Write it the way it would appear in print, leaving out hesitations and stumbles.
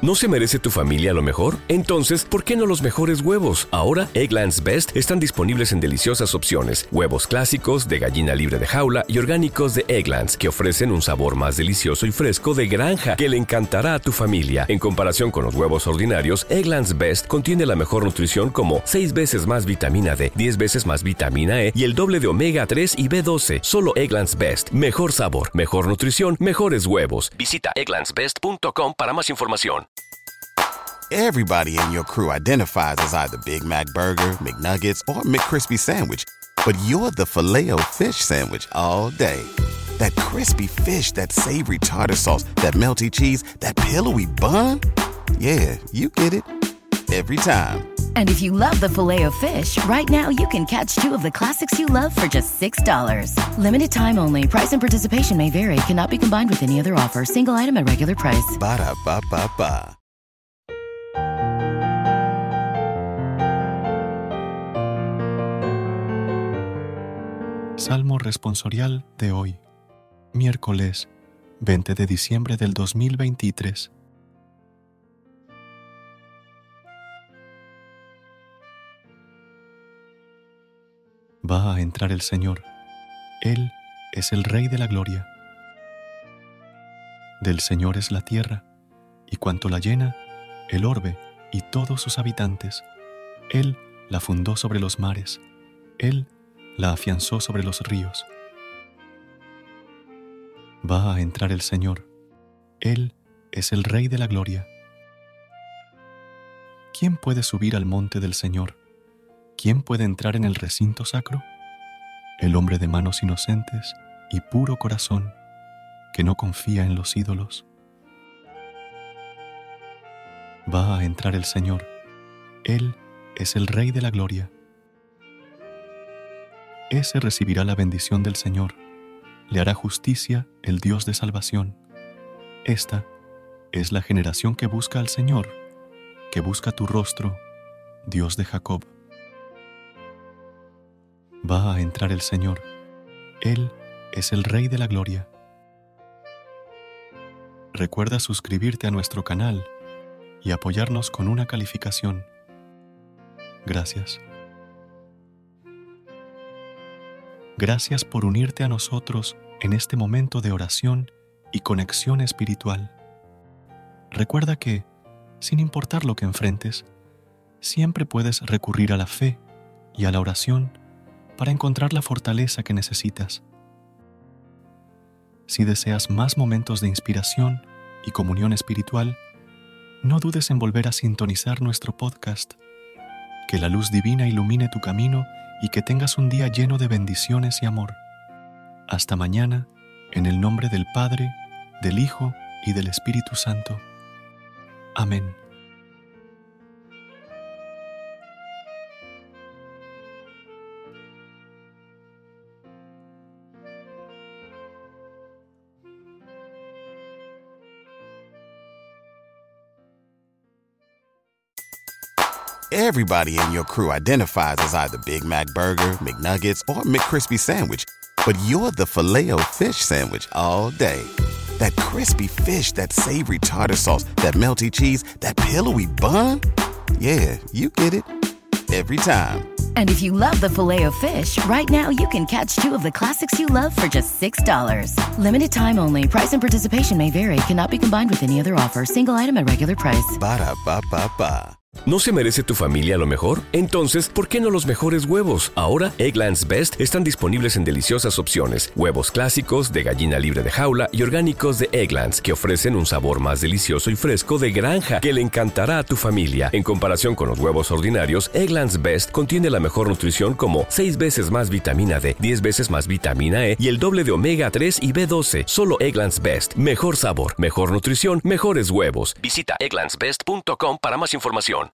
¿No se merece tu familia lo mejor? Entonces, ¿por qué no los mejores huevos? Ahora, Eggland's Best están disponibles en deliciosas opciones. Huevos clásicos, de gallina libre de jaula y orgánicos de Eggland's, que ofrecen un sabor más delicioso y fresco de granja que le encantará a tu familia. En comparación con los huevos ordinarios, Eggland's Best contiene la mejor nutrición como 6 veces más vitamina D, 10 veces más vitamina E y el doble de omega 3 y B12. Solo Eggland's Best. Mejor sabor, mejor nutrición, mejores huevos. Visita egglandsbest.com para más información. Everybody in your crew identifies as either Big Mac Burger, McNuggets, or McCrispy Sandwich. But you're the Filet-O-Fish Sandwich all day. That crispy fish, that savory tartar sauce, that melty cheese, that pillowy bun. Yeah, you get it. Every time. And if you love the Filet-O-Fish, right now you can catch 2 of the classics you love for just $6. Limited time only. Price and participation may vary. Cannot be combined with any other offer. Single item at regular price. Ba-da-ba-ba-ba. Salmo responsorial de hoy, miércoles 20 de diciembre del 2023. Va a entrar el Señor. Él es el Rey de la gloria. Del Señor es la tierra, y cuanto la llena, el orbe y todos sus habitantes. Él la fundó sobre los mares. Él la afianzó sobre los ríos. Va a entrar el Señor. Él es el Rey de la gloria. ¿Quién puede subir al monte del Señor? ¿Quién puede entrar en el recinto sacro? El hombre de manos inocentes y puro corazón, que no confía en los ídolos. Va a entrar el Señor. Él es el Rey de la gloria. Ese recibirá la bendición del Señor. Le hará justicia el Dios de salvación. Esta es la generación que busca al Señor, que busca tu rostro, Dios de Jacob. Va a entrar el Señor. Él es el Rey de la gloria. Recuerda suscribirte a nuestro canal y apoyarnos con una calificación. Gracias. Gracias por unirte a nosotros en este momento de oración y conexión espiritual. Recuerda que, sin importar lo que enfrentes, siempre puedes recurrir a la fe y a la oración para encontrar la fortaleza que necesitas. Si deseas más momentos de inspiración y comunión espiritual, no dudes en volver a sintonizar nuestro podcast. Que la luz divina ilumine tu camino y que tengas un día lleno de bendiciones y amor. Hasta mañana, en el nombre del Padre, del Hijo y del Espíritu Santo. Amén. Everybody in your crew identifies as either Big Mac Burger, McNuggets, or McCrispy Sandwich. But you're the Filet-O-Fish Sandwich all day. That crispy fish, that savory tartar sauce, that melty cheese, that pillowy bun. Yeah, you get it. Every time. And if you love the Filet-O-Fish, right now you can catch 2 of the classics you love for just $6. Limited time only. Price and participation may vary. Cannot be combined with any other offer. Single item at regular price. Ba-da-ba-ba-ba. ¿No se merece tu familia lo mejor? Entonces, ¿por qué no los mejores huevos? Ahora, Eggland's Best están disponibles en deliciosas opciones. Huevos clásicos, de gallina libre de jaula y orgánicos de Eggland's, que ofrecen un sabor más delicioso y fresco de granja que le encantará a tu familia. En comparación con los huevos ordinarios, Eggland's Best contiene la mejor nutrición como 6 veces más vitamina D, 10 veces más vitamina E y el doble de omega 3 y B12. Solo Eggland's Best. Mejor sabor, mejor nutrición, mejores huevos. Visita egglandsbest.com para más información.